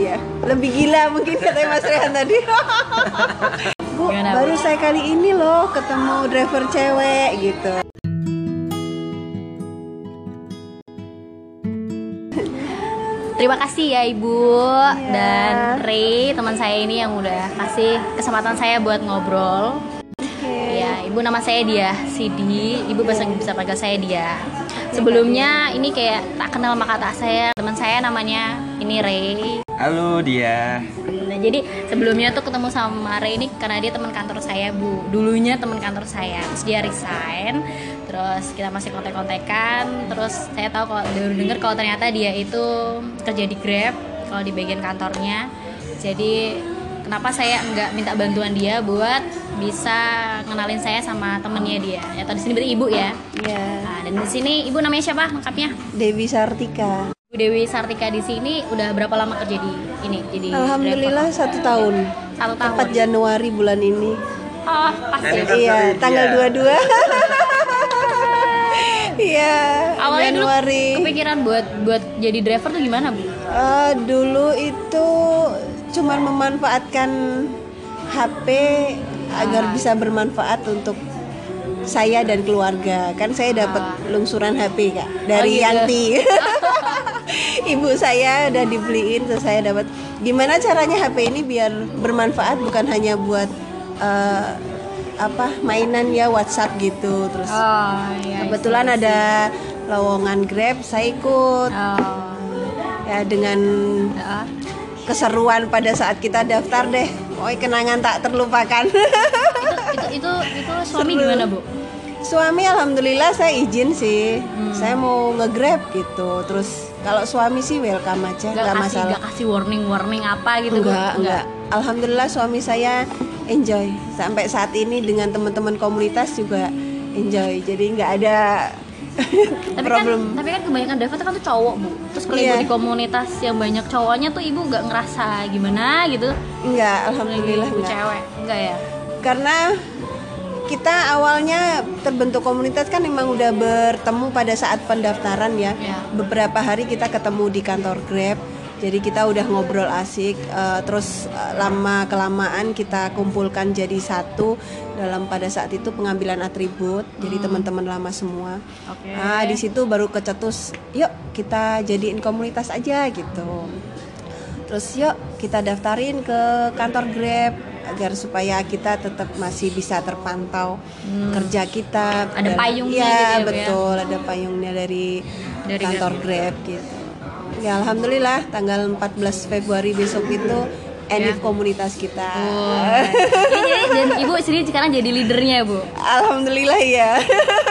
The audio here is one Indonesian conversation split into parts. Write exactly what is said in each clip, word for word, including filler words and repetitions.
ya. Lebih gila mungkin katanya Mas Rehan tadi. Bu, Gimana, baru Bu? saya kali ini loh ketemu driver cewek gitu. Terima kasih ya Ibu Iya. dan Ray, teman saya ini yang udah kasih kesempatan saya buat ngobrol. Ya, Ibu nama saya Dia, Sidi. Ibu bisa bisa panggil saya Dia. Sebelumnya ini kayak tak kenal maka tak saya. Teman saya namanya ini Ray. Halo dia. Nah, jadi sebelumnya tuh ketemu sama Ray ini karena dia teman kantor saya, Bu. Dulunya teman kantor saya. Terus dia resign. Terus kita masih kontak-kontakan. Terus saya tahu kalau baru dengar kalau ternyata dia itu kerja di Grab kalau di bagian kantornya. Jadi kenapa saya nggak minta bantuan dia buat bisa ngenalin saya sama temennya dia. Ya, atau di sini berarti Ibu ya. Iya. Nah, dan di sini Ibu namanya siapa lengkapnya? Dewi Sartika. Bu Dewi Sartika di sini udah berapa lama kerja di ini? Jadi Alhamdulillah driver? satu tahun. Satu tahun. Tepat Januari bulan ini. Oh, pas ya. Anniversary Iya, tanggal dia. dua puluh dua. Iya, Awalnya dulu Januari. kepikiran buat buat jadi driver tuh gimana, Bu? Eh, dulu itu cuman memanfaatkan H P agar bisa bermanfaat untuk saya dan keluarga. Kan saya dapat lungsuran H P Kak dari Oh, gitu. Yanti. Ibu saya udah dibeliin, terus saya dapat. Gimana caranya H P ini biar bermanfaat bukan hanya buat eh, apa mainan ya WhatsApp gitu. Terus Oh, iya. kebetulan ada lowongan Grab, saya ikut. Oh. Ya dengan Ya. keseruan pada saat kita daftar deh. Oh, kenangan tak terlupakan. Itu itu itu itu suami Seru. gimana, Bu? Suami alhamdulillah saya izin sih. Hmm. Saya mau nge-Grab gitu. Terus kalau suami sih welcome aja, Gak nggak kasih masalah. gak kasih warning warning apa gitu, Bu? Enggak, enggak. Alhamdulillah suami saya enjoy. Sampai saat ini dengan teman-teman komunitas juga enjoy. Jadi nggak ada Tapi kan, problem. tapi kan kebanyakan driver kan tuh cowok, Bu. Terus kalau Iya. Ibu di komunitas yang banyak cowoknya tuh Ibu nggak ngerasa gimana gitu? Enggak, alhamdulillah Ibu enggak. cewek, enggak ya? Karena kita awalnya terbentuk komunitas kan memang udah bertemu pada saat pendaftaran ya. Ya. Beberapa hari kita ketemu di kantor Grab. Jadi kita udah ngobrol asik, eh, terus eh, lama kelamaan kita kumpulkan jadi satu dalam pada saat itu pengambilan atribut. Jadi teman-teman lama semua. Oke. Ah, di situ baru kecetus, yuk kita jadiin komunitas aja gitu. Terus yuk kita daftarin ke kantor Grab agar supaya kita tetap masih bisa terpantau kerja kita. Ada Dan- payungnya ya, gitu ya, Bu, ya? betul, ada payungnya dari, Dari kantor Grab, gitu. Ya alhamdulillah tanggal empat belas Februari besok itu enif komunitas kita. Oh. Ini jadi dan Ibu sendiri sekarang jadi leadernya, Bu. Alhamdulillah ya.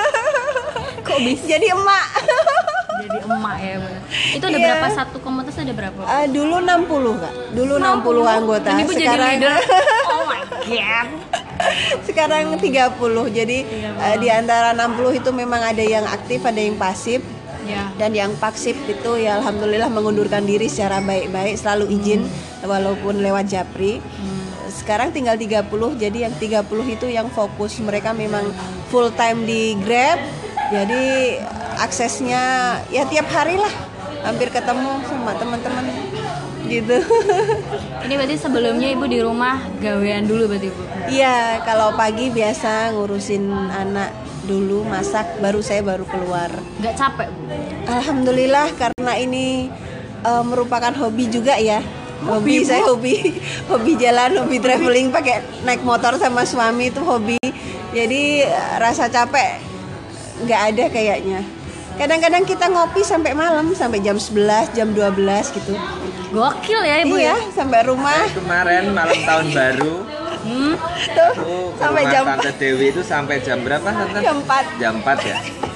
Kok bisa Jadi emak. jadi emak ya, Bu? Itu ada Iya. berapa satu komunitas ada berapa? Ah, dulu enam puluh Kak. Dulu enam puluh anggota. Dan Ibu jadi Sekarang leader. Oh my god. sekarang tiga puluh. Jadi eh, di antara enam puluh itu memang ada yang aktif, ada yang pasif. Ya. Dan yang pasif itu ya alhamdulillah mengundurkan diri secara baik-baik, selalu izin walaupun lewat Japri. Sekarang tinggal tiga puluh, jadi yang tiga puluh itu yang fokus, mereka memang full time di Grab. Jadi aksesnya ya tiap hari lah, hampir ketemu sama teman-teman gitu. Ini berarti sebelumnya Ibu di rumah gawean dulu berarti, Bu? Iya, kalau pagi biasa ngurusin anak dulu, masak, baru saya baru keluar. Nggak capek, Bu? Alhamdulillah karena ini eh, merupakan hobi juga ya. Hobi, saya hobi hobi jalan, hobi traveling pakai naik motor sama suami itu hobi. Jadi eh, rasa capek nggak ada kayaknya. Kadang-kadang kita ngopi sampai malam, sampai jam sebelas, jam dua belas gitu. Gokil ya, Ibu Iya, ya? sampai rumah. Kemarin malam tahun baru Hmm. Tuh, tuh ke sampai rumah jam Tante Dewi itu sampai jam berapa Tante? jam empat. Jam empat ya.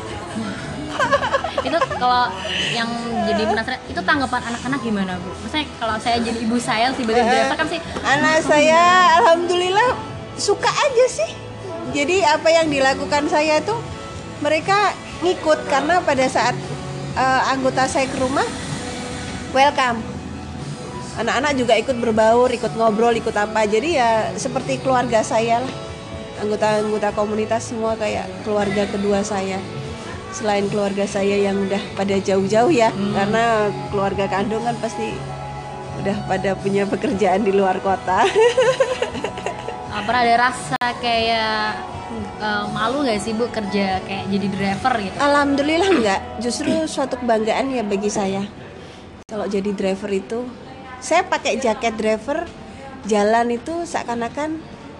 Itu kalau yang jadi penasaran, itu tanggapan anak-anak gimana, Bu? Maksudnya kalau saya jadi ibu saya sebagai driver kan sih Anak saya alhamdulillah suka aja sih. Jadi apa yang dilakukan saya tuh mereka ngikut karena pada saat eh, anggota saya ke rumah welcome. Anak-anak juga ikut berbaur, ikut ngobrol, ikut apa. Jadi ya seperti keluarga saya lah. Anggota-anggota komunitas semua kayak keluarga kedua saya. Selain keluarga saya yang udah pada jauh-jauh ya, karena keluarga kandung kan pasti udah pada punya pekerjaan di luar kota. Uh, pernah ada rasa kayak uh, malu nggak sih Bu kerja kayak jadi driver gitu? Alhamdulillah enggak, justru suatu kebanggaan ya bagi saya. Kalau jadi driver itu, saya pakai jaket driver, jalan itu seakan-akan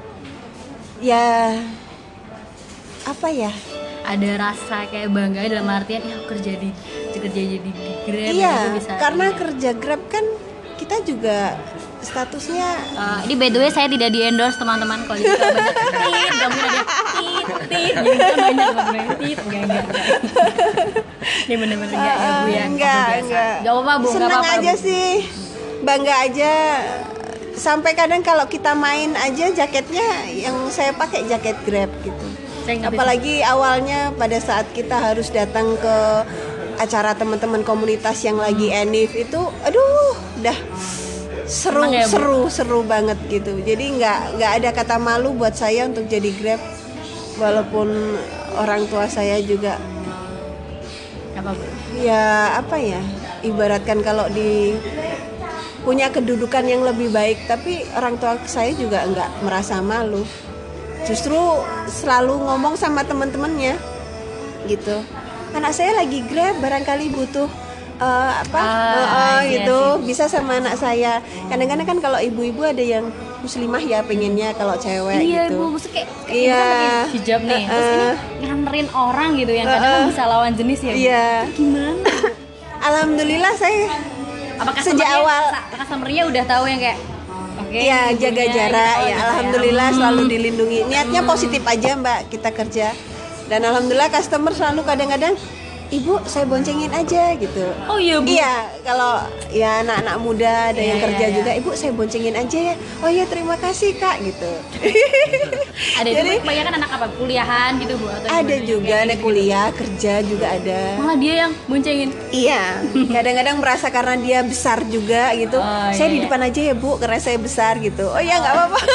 ya apa ya? Ada rasa kayak bangga dalam artian ya aku kerja di kerja jadi di Grab Iya, gitu bisa. karena iya. kerja Grab kan kita juga statusnya Uh, ini by the way saya tidak di endorse teman-teman kalau jadi kalau banyak tit, gak mungkin ada tit, tit, jadi kan banyak teman-teman tit, enggak enggak. enggak. Ini bener-bener enggak ya Bu ya? enggak, Biasa. enggak. Gak apa-apa Bu, enggak Senang apa-apa aja Bu. sih, bangga aja. Sampai kadang kalau kita main aja jaketnya yang saya pakai jaket Grab gitu. Saya nggak bisa. Apalagi awalnya pada saat kita harus datang ke acara teman-teman komunitas yang lagi enif itu, aduh, udah seru, Senang ya, Bu? seru, seru banget gitu. Jadi nggak nggak ada kata malu buat saya untuk jadi Grab, walaupun orang tua saya juga Apa Bu? ya apa ya, ibaratkan kalau di punya kedudukan yang lebih baik, tapi orang tua saya juga nggak merasa malu, justru selalu ngomong sama teman-temannya gitu, anak saya lagi Grab barangkali butuh uh, apa Ah, uh, uh, iya gitu sih. bisa sama anak saya. Kadang-kadang kan kalau ibu-ibu ada yang muslimah ya pengennya kalau cewek Iya gitu. Bu, maksudnya kayak, kayak Iya. kita pakai hijab nih, terus ini Uh-uh. nganterin orang gitu yang kadang kan Uh-uh. bisa lawan jenis ya Bu. Iya. Gimana? Alhamdulillah saya Apa Sejak customer-nya- awal. sa- customer-nya udah tahu yang kayak oke. Iya, jaga ibunya jarak gitu, ya. gitu Alhamdulillah Hmm. selalu dilindungi. Niatnya positif aja Mbak kita kerja. Dan alhamdulillah customer selalu kadang-kadang, Ibu saya boncengin aja gitu. Oh iya Bu. Iya, kalau ya anak-anak muda ada Iya, yang iya, kerja iya. juga, Ibu saya boncengin aja ya. Oh iya terima kasih Kak gitu. Ada Jadi- juga kebanyakan anak apa? Kuliahan gitu Bu atau Ada gimana? juga Kayak ada gitu-gitu. kuliah, kerja juga ada. Malah dia yang boncengin. Iya, kadang-kadang merasa karena dia besar juga gitu. Oh, Saya iya, di iya. depan aja ya Bu, karena saya besar gitu. Oh iya nggak apa-apa.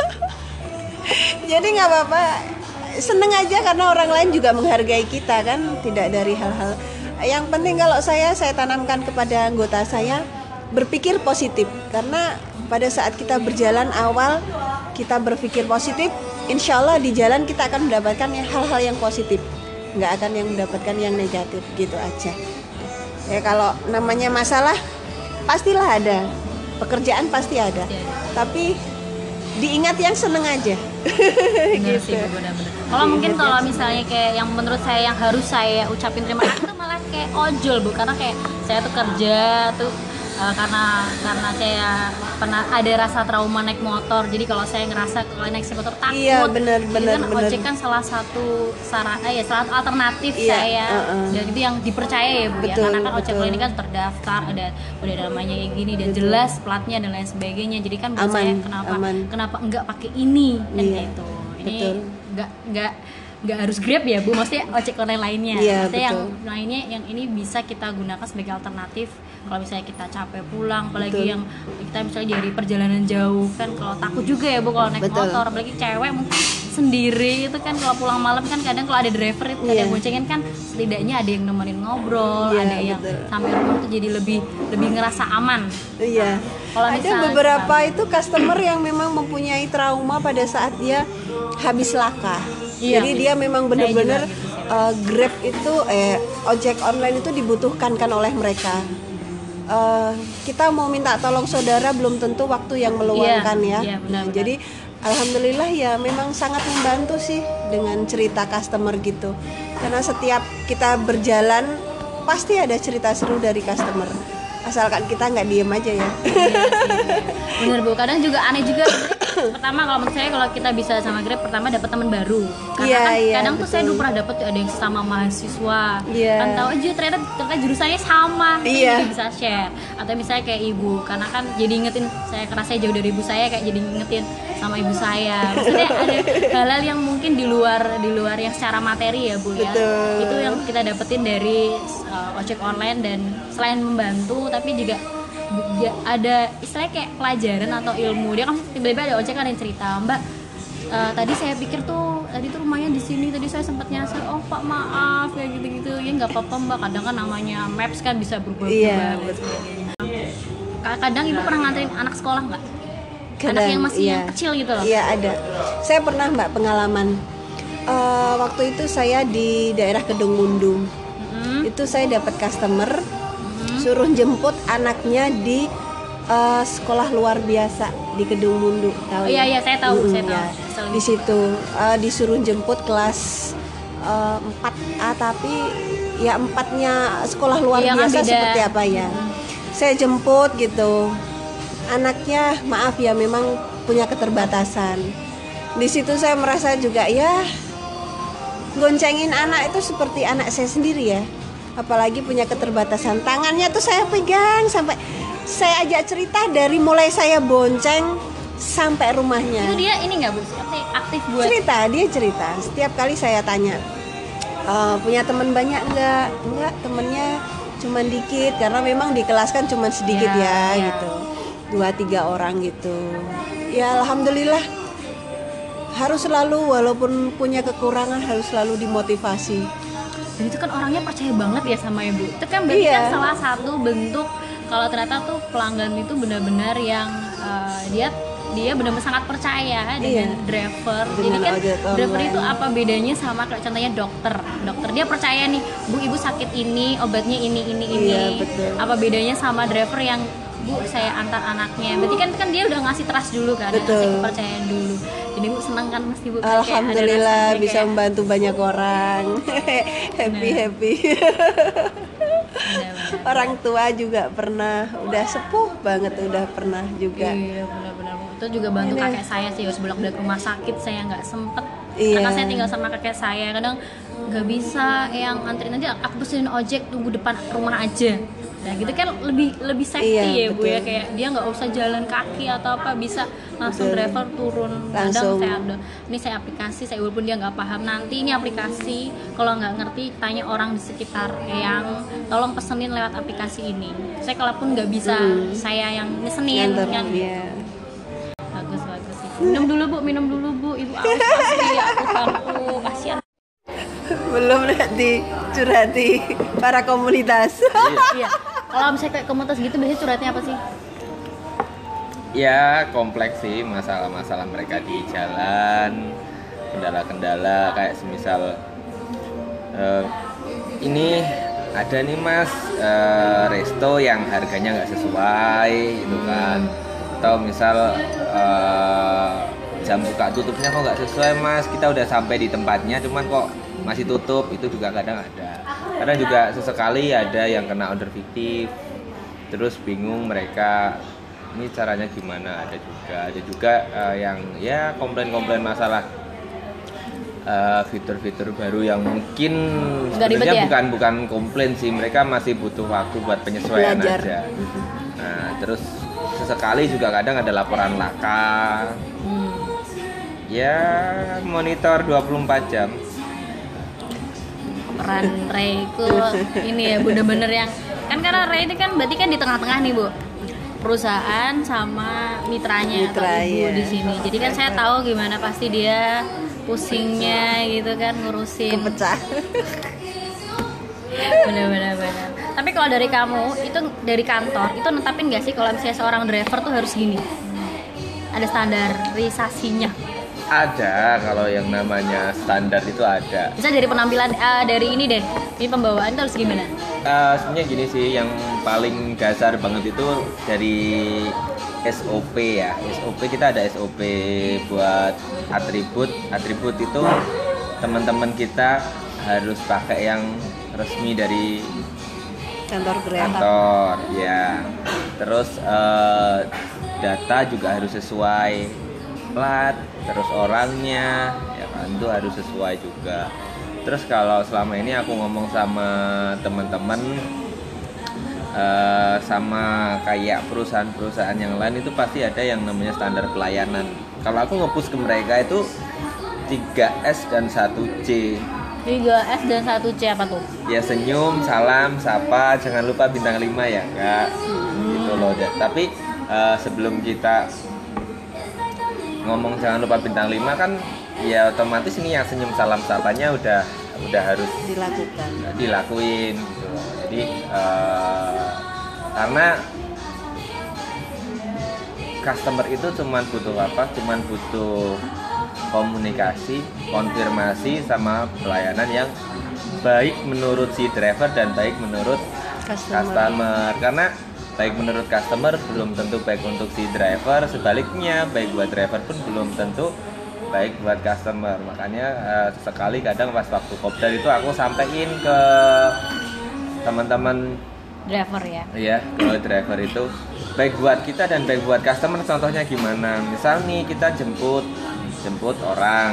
Jadi nggak apa-apa. Seneng aja karena orang lain juga menghargai kita kan, tidak dari hal-hal. Yang penting kalau saya saya tanamkan kepada anggota saya berpikir positif, karena pada saat kita berjalan awal kita berpikir positif, insya Allah di jalan kita akan mendapatkan yang hal-hal yang positif, nggak akan yang mendapatkan yang negatif gitu aja. Ya kalau namanya masalah pastilah ada, pekerjaan pasti ada, Pasti ada. tapi diingat yang seneng aja. Bener sih Bu, bener-bener. Kalau mungkin kalau misalnya kayak yang menurut saya yang harus saya ucapin terima kasih tuh malah kayak ojol Bu, karena kayak saya tuh kerja tuh uh, karena karena saya pernah ada rasa trauma naik motor, jadi kalau saya ngerasa kalau naik motor takut. Iya, bener, Jadi bener, kan bener. ojek kan salah satu sarana ya salah satu alternatif Iya, saya uh-uh. dan itu yang dipercaya ya Bu ya, Betul, karena kan ojek betul. ini kan terdaftar, ada udah namanya kayak gini dan jelas platnya dan lain sebagainya, jadi kan buat Aman, saya kenapa aman. kenapa enggak pakai ini kan Iya, kayak itu ini betul. nggak nggak nggak harus Grab ya Bu, maksudnya ojek online lainnya, Iya, maksudnya yang betul. lainnya yang ini bisa kita gunakan sebagai alternatif kalau misalnya kita capek pulang, apalagi Betul. yang kita misalnya dari perjalanan jauh kan, kalau takut juga ya Bu kalau naik Betul. motor, apalagi cewek mungkin sendiri itu kan kalau pulang malam kan kadang kalau ada driver itu ada Iya. yang boncengin kan setidaknya ada yang nemenin ngobrol, Iya, ada yang betul. sampai rumah tuh jadi lebih lebih ngerasa aman. Iya. Kalau Ada misalnya beberapa itu customer yang memang mempunyai trauma pada saat dia habis laka. Iya. Jadi dia memang Saya benar-benar juga gitu sih. uh, Grab itu eh ojek online itu dibutuhkan kan oleh mereka. Uh, kita mau minta tolong saudara belum tentu waktu yang meluangkan Iya, ya. iya, benar-benar. Jadi alhamdulillah ya memang sangat membantu sih dengan cerita customer gitu. Karena setiap kita berjalan pasti ada cerita seru dari customer. Asalkan kita nggak diem aja ya. Bener Bu, kadang juga aneh juga. Pertama kalau menurut saya kalau kita bisa sama Grab, pertama dapat teman baru. Karena Iya, kan iya, kadang tuh saya betul. dulu pernah dapat tuh ada yang sama mahasiswa. Iya. Kan tahu aja ternyata ternyata jurusannya sama. Saya Iya. juga bisa share. Atau misalnya kayak ibu, karena kan jadi ingetin saya karena saya jauh dari ibu saya kayak jadi ingetin sama ibu saya. Maksudnya ada hal-hal yang mungkin di luar di luar yang secara materi ya Bu ya. Betul. Itu yang kita dapetin dari uh, ojek online, dan selain membantu tapi juga ya, ada istilahnya kayak pelajaran atau ilmu. Dia kan tiba-tiba ada ojek kan yang cerita, Mbak eh, tadi saya pikir tuh tadi tuh rumahnya di sini, tadi saya sempat nyasar, oh Pak maaf ya gitu-gitu ya, nggak apa-apa Mbak, kadang kan namanya maps kan bisa berubah-ubah Iya, dan betul. sebagainya. kadang ibu pernah nganterin anak sekolah nggak? Anak Kadang, yang masih iya. yang kecil gitu loh. Iya ada. Saya pernah mbak pengalaman. Eh, waktu itu saya di daerah Kedung Mundu. Mm-hmm. Itu saya dapat customer Mm-hmm. suruh jemput anaknya di eh, sekolah luar biasa di Kedung Mundu. Tahu Oh iya ya? iya saya tahu, Mm, saya tahu. ya. Selalu. Di situ eh, disuruh jemput kelas eh, empat A tapi ya empatnya sekolah luar Iya, kan biasa beda. seperti apa ya. Saya jemput gitu. Anaknya maaf ya memang punya keterbatasan. Di situ saya merasa juga ya goncengin anak itu seperti anak saya sendiri ya. Apalagi punya keterbatasan. Tangannya tuh saya pegang sampai saya ajak cerita dari mulai saya bonceng sampai rumahnya. Itu dia ini nggak Bu? Aktif, aktif buat Cerita, dia cerita. Setiap kali saya tanya, "E, punya teman banyak enggak?" Enggak, temennya cuma dikit karena memang di kelas kan cuma sedikit Ya, ya, ya. gitu. Dua tiga orang gitu. Ya alhamdulillah. Harus selalu walaupun punya kekurangan harus selalu dimotivasi. Dan itu kan orangnya percaya banget ya sama ibu. Itu kan berarti Iya. kan salah satu bentuk kalau ternyata tuh pelanggan itu benar-benar yang uh, dia dia benar-benar sangat percaya dengan Iya. driver. Dengan Jadi kan ojek driver online. itu apa bedanya sama kayak contohnya dokter. Dokter dia percaya nih, Bu ibu sakit ini, obatnya ini ini ini. Iya, betul. Apa bedanya sama driver yang Bu saya antar anaknya. Berarti kan kan dia udah ngasih trust dulu kan, Betul. ngasih kepercayaan dulu. Jadi Bu senang kan mesti Bu kayak ada Alhamdulillah rasanya bisa kayak- membantu banyak orang. Happy happy. Benar-benar. Orang tua juga pernah, udah sepuh banget udah pernah juga. Iya benar-benar itu juga bantu Ini. kakek saya sih harus bolak-balik rumah sakit saya nggak sempet Iya. karena saya tinggal sama kakek saya kadang nggak bisa yang anterin aja aku pesenin ojek tunggu depan rumah aja nah gitu kan lebih lebih safety Iya, ya Bu ya betul. kayak dia nggak usah jalan kaki atau apa bisa langsung Betul. driver turun kadang Langsung. saya ada ini saya aplikasi saya walaupun dia nggak paham nanti ini aplikasi kalau nggak ngerti tanya orang di sekitar yang tolong pesenin lewat aplikasi ini saya kalaupun nggak bisa Hmm. saya yang mesenin Nganter, kan iya. bagus bagus sih. Minum dulu Bu, minum dulu Bu. Ibu aus asli ya Tuhanku, kasihan. Belum nanti curhati para komunitas. Iya. Kalau misalnya kayak komunitas gitu biasanya curhatnya apa sih? Ya kompleks sih masalah-masalah mereka di jalan, kendala-kendala kayak semisal eh, ini ada nih mas eh, resto yang harganya nggak sesuai gitu kan, atau misal eh, jam buka tutupnya kok nggak sesuai mas, kita udah sampai di tempatnya cuman kok masih tutup, itu juga kadang ada. Kadang juga sesekali ada yang kena order fiktif, terus bingung mereka ini caranya gimana, ada juga ada juga uh, yang ya komplain-komplain masalah uh, fitur-fitur baru yang mungkin Nggak ribet sebenarnya ya? bukan bukan komplain sih, mereka masih butuh waktu buat penyesuaian Belajar. aja. Nah terus sesekali juga kadang ada laporan laka, ya monitor dua puluh empat jam. Peran Ray itu ini ya bener-bener yang kan karena Ray itu kan berarti kan di tengah-tengah nih Bu. Perusahaan sama mitranya Mitra, atau ibu iya. di sini. Jadi kan saya tahu gimana pasti dia pusingnya gitu kan ngurusin. Kepecah. Bener-bener bener. Tapi kalau dari kamu itu dari kantor itu netapin gak sih kalau misalnya seorang driver tuh harus gini? Ada standarisasinya. Ada, kalau yang namanya standar itu ada. Bisa dari penampilan eh, dari ini deh. Ini pembawaan itu harus gimana? Uh, sebenarnya gini sih, yang paling dasar banget itu dari S O P ya. S O P kita ada S O P buat atribut. Atribut itu teman-teman kita harus pakai yang resmi dari Kantor kereta. kantor, ya. Terus uh, data juga harus sesuai, plat, terus orangnya, ya kan itu harus sesuai juga. Terus kalau selama ini aku ngomong sama teman-teman uh, sama kayak perusahaan-perusahaan yang lain itu pasti ada yang namanya standar pelayanan. Kalau aku nge-push ke mereka itu tiga S dan satu C. tiga S dan satu C apa tuh? Ya senyum, salam, sapa, jangan lupa bintang lima ya kak. Gitu loh. Tapi uh, sebelum kita ngomong jangan lupa bintang lima kan ya otomatis ini yang senyum salam sapanya udah udah harus Dilakukan. dilakuin gitu loh. Jadi uh, karena customer itu cuman butuh apa? Cuman butuh komunikasi, konfirmasi sama pelayanan yang baik menurut si driver dan baik menurut Customer. customer. Karena baik menurut customer belum tentu baik untuk si driver, sebaliknya baik buat driver pun belum tentu baik buat customer. Makanya uh, sekali kadang pas waktu kopdar itu aku sampein ke teman-teman Driver ya. ya, kalau driver itu baik buat kita dan baik buat customer. Contohnya gimana? Misal nih kita jemput jemput orang,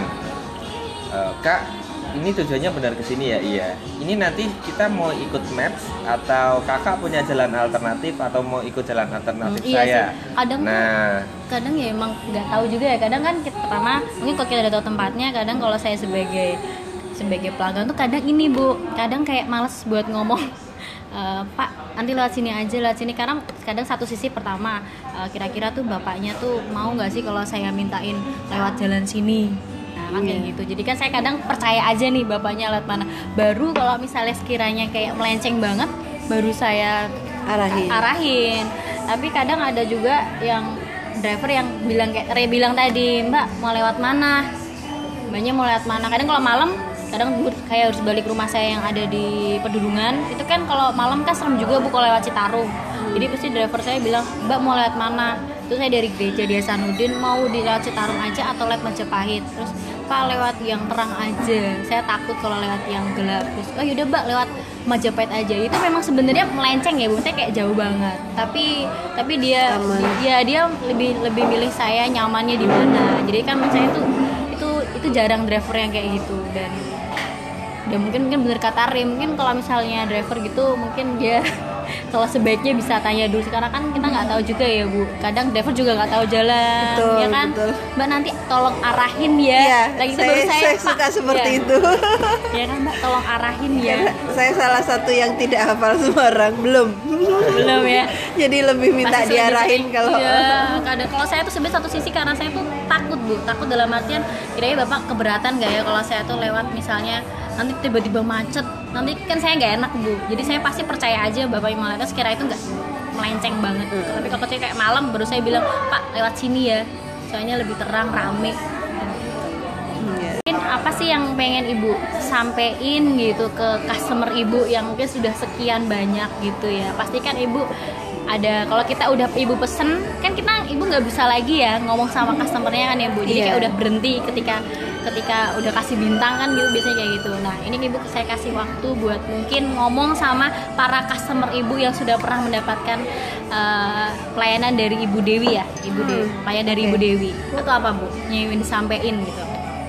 e, Kak, ini tujuannya benar ke sini ya? Iya. Ini nanti kita mau ikut maps atau kakak punya jalan alternatif atau mau ikut jalan alternatif Hmm, iya saya? sih. Kadang tuh- nah, Kadang ya emang nggak tahu juga ya. Kadang kan kita, pertama mungkin kalau kita udah tahu tempatnya, kadang kalau saya sebagai sebagai pelanggan tuh kadang ini Bu, kadang kayak males buat ngomong. E, Pak, nanti lewat sini aja, lewat sini. Karena kadang satu sisi pertama, e, kira-kira tuh bapaknya tuh mau nggak sih kalau saya mintain lewat jalan sini. Nah kan kayak Iya. gitu. Jadi kan saya kadang percaya aja nih bapaknya lewat mana. Baru kalau misalnya sekiranya kayak melenceng banget, baru saya Arahin. arahin. Tapi kadang ada juga yang driver yang bilang kayak Re bilang tadi, Mbak mau lewat mana? Mbaknya mau lewat mana? Kadang kalau malam, kadang bu- kayak harus balik rumah saya yang ada di Pedulungan. Itu kan kalau malam kan serem juga Bu kalau lewat Citarum. Jadi pasti driver saya bilang, Mbak mau lewat mana? Terus saya dari gereja di Hasanuddin mau di lewat Citarum aja atau lewat Majapahit. Terus Pak lewat yang terang aja. Saya takut kalau lewat yang gelap. Terus oh yaudah Mbak lewat Majapahit aja. Itu memang sebenarnya melenceng ya Bu, saya kayak jauh banget. Tapi tapi dia Aman. dia dia lebih lebih milih saya nyamannya di mana. Jadi kan menurut saya tuh itu itu jarang driver yang kayak gitu. Dan dan mungkin mungkin bener kata Rim, mungkin kalau misalnya driver gitu mungkin dia kalau sebaiknya bisa tanya dulu karena kan kita nggak tahu juga ya Bu, kadang driver juga nggak tahu jalan. Betul, Ya kan betul. Mbak nanti tolong arahin ya. Iya, Lagi itu saya, baru saya, saya Pak, suka seperti ya. itu. Ya kan Mbak tolong arahin ya. Karena saya salah satu yang tidak hafal Semarang, belum. Belum ya. Jadi lebih minta Masih selagi diarahin sering- kalau iya, kadang kalau saya tuh sebenarnya satu sisi karena saya tuh takut Bu, takut dalam artian kira-kira Bapak keberatan gak ya kalau saya tuh lewat misalnya nanti tiba-tiba macet, nanti kan saya nggak enak Bu. Jadi saya pasti percaya aja Bapak yang melihatnya sekira itu nggak melenceng banget. Hmm. Tapi kalau kecil kayak malam baru saya bilang Pak lewat sini ya, soalnya lebih terang rame. Iya. Mungkin apa sih yang pengen Ibu sampein gitu ke customer Ibu yang mungkin sudah sekian banyak gitu ya. Pastikan Ibu ada, kalau kita udah Ibu pesen kan kita Ibu nggak bisa lagi ya ngomong sama customernya kan ya Bu. Jadi Iya. kayak udah berhenti ketika ketika udah kasih bintang kan gitu biasanya kayak gitu. Nah ini Ibu saya kasih waktu buat mungkin ngomong sama para customer Ibu yang sudah pernah mendapatkan uh, pelayanan dari Ibu Dewi ya, Ibu Hmm. Dewi, pelayan dari Oke. Ibu Dewi atau apa Bu yang ingin disampaikan gitu.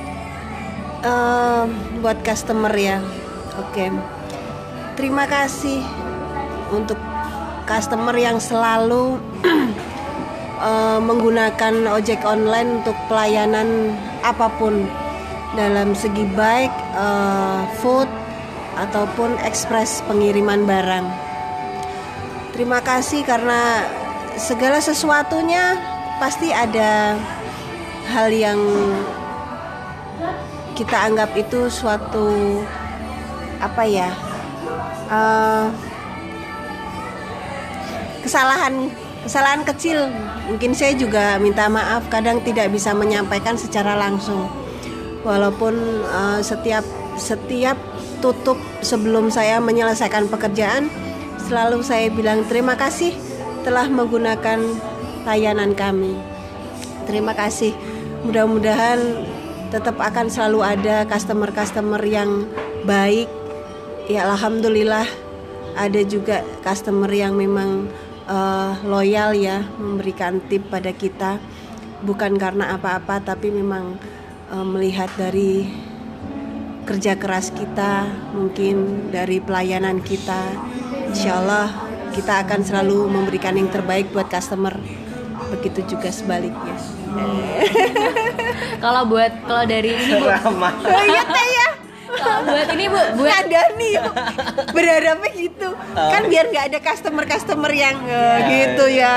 Em, buat customer ya. Oke. Terima kasih untuk customer yang selalu eh, menggunakan ojek online untuk pelayanan apapun dalam segi baik eh, food ataupun ekspres pengiriman barang. Terima kasih karena segala sesuatunya pasti ada hal yang kita anggap itu suatu apa ya eh, kesalahan kesalahan kecil. Mungkin saya juga minta maaf kadang tidak bisa menyampaikan secara langsung walaupun eh, setiap setiap tutup sebelum saya menyelesaikan pekerjaan selalu saya bilang terima kasih telah menggunakan layanan kami. Terima kasih. Mudah-mudahan tetap akan selalu ada customer-customer yang baik. Ya alhamdulillah ada juga customer yang memang uh, loyal ya, memberikan tip pada kita bukan karena apa-apa tapi memang uh, melihat dari kerja keras kita, mungkin dari pelayanan kita. Insyaallah kita akan selalu memberikan yang terbaik buat customer. Begitu juga sebaliknya. Kalau buat kalau dari ini Bu, ramah. Oh iya teh ya. kalau buat ini Bu, buat Ngadani berharapnya gitu kan biar nggak ada customer-customer yang eh, gitu ya.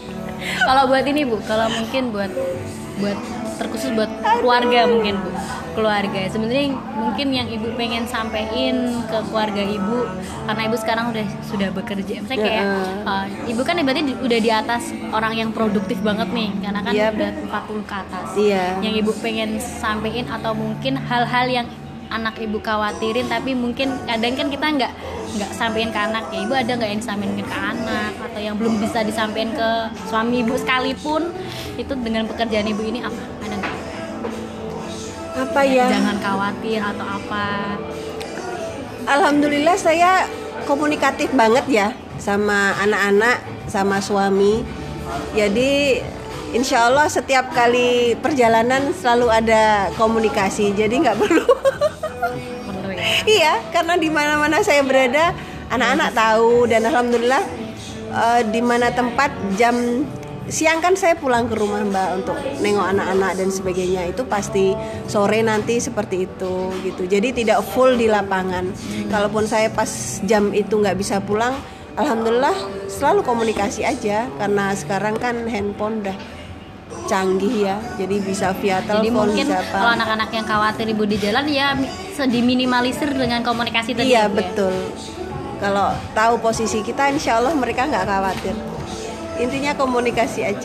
kalau buat ini Bu, kalau mungkin buat buat terkhusus buat keluarga mungkin Bu. keluarga. Sebenarnya mungkin yang ibu pengen sampein ke keluarga ibu, karena ibu sekarang udah sudah bekerja. Misalnya kayak uh, ibu kan ibaratnya di- udah di atas orang yang produktif banget nih, karena kan Iya. udah empat puluh ke atas. Iya. Yang ibu pengen sampein atau mungkin hal-hal yang anak ibu khawatirin, tapi mungkin kadang kan kita nggak nggak sampein ke anak ya. Ibu ada nggak yang disampaikan ke anak atau yang belum bisa disampaikan ke suami ibu sekalipun itu dengan pekerjaan ibu ini apa? Ada nggak? Apa ya? Jangan khawatir atau apa? Alhamdulillah saya komunikatif banget ya sama anak-anak, sama suami. Jadi insya Allah setiap kali perjalanan selalu ada komunikasi. Jadi nggak perlu. Perlu ya. Iya, karena di mana-mana saya berada, anak-anak tahu dan alhamdulillah eh, di mana tempat jam siang kan saya pulang ke rumah Mbak untuk nengok anak-anak dan sebagainya, itu pasti sore nanti seperti itu gitu. Jadi tidak full di lapangan. Kalaupun saya pas jam itu nggak bisa pulang, alhamdulillah selalu komunikasi aja karena sekarang kan handphone udah canggih ya, jadi bisa via Jadi telepon, mungkin bisa kalau apa. anak-anak yang khawatir ibu di jalan ya mi- diminimalisir dengan komunikasi tadi. Iya Ibu, ya? betul. Kalau tahu posisi kita, insya Allah mereka nggak khawatir. Intinya komunikasi aja.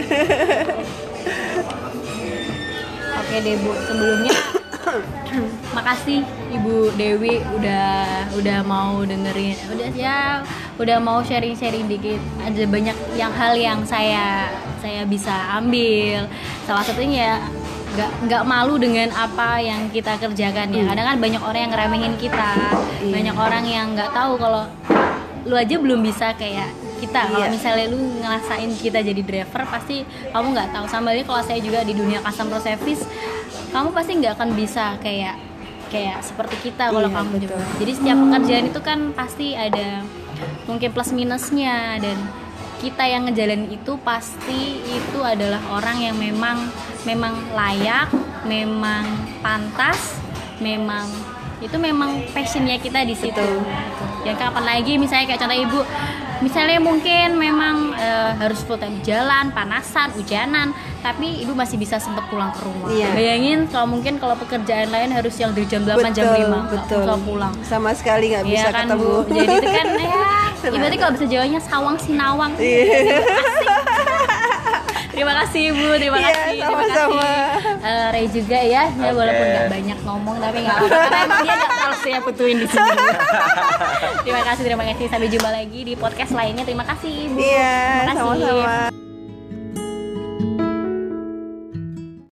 Oke deh Bu, sebelumnya makasih Ibu Dewi udah udah mau dengerin, udah ya udah mau sharing-sharing dikit. Ada banyak yang hal yang saya saya bisa ambil. Salah satunya nggak nggak malu dengan apa yang kita kerjakan ya. Kadang kan banyak orang yang ngeremehin kita, banyak orang yang nggak tahu kalau lu aja belum bisa kayak kita. Kalau Iya. misalnya lu ngerasain kita jadi driver, pasti kamu nggak tahu. Sambalnya kalau saya juga di dunia customer service, kamu pasti nggak akan bisa kayak kayak seperti kita kalau Iya, kamu betul. juga. Jadi setiap pekerjaan itu kan pasti ada mungkin plus minusnya, dan kita yang ngejalanin itu pasti itu adalah orang yang memang memang layak, memang pantas, memang itu memang passionnya kita di situ. Betul. Ya kapan lagi misalnya kayak contoh ibu, misalnya mungkin memang eh, harus full time jalan, panasan, hujanan, tapi ibu masih bisa sempat pulang ke rumah. Iya. Bayangin kalau mungkin kalau pekerjaan lain harus yang dari jam delapan jam lima nggak betul. bisa pulang. Sama sekali nggak bisa Iya kan ketemu. Bu, jadi itu kan ya ibaratnya kalau bisa jawanya sawang sinawang. Iya. Terima kasih Bu, terima Iya, kasih, terima sama-sama. kasih. Eh, Ray juga ya, ya Oke. walaupun nggak banyak ngomong tapi nggak apa-apa karena emang dia nggak terlalu saya butuhin di sini. Terima kasih, terima kasih. Sampai jumpa lagi di podcast lainnya. Terima kasih Ibu. Iya, Terima kasih. sama-sama.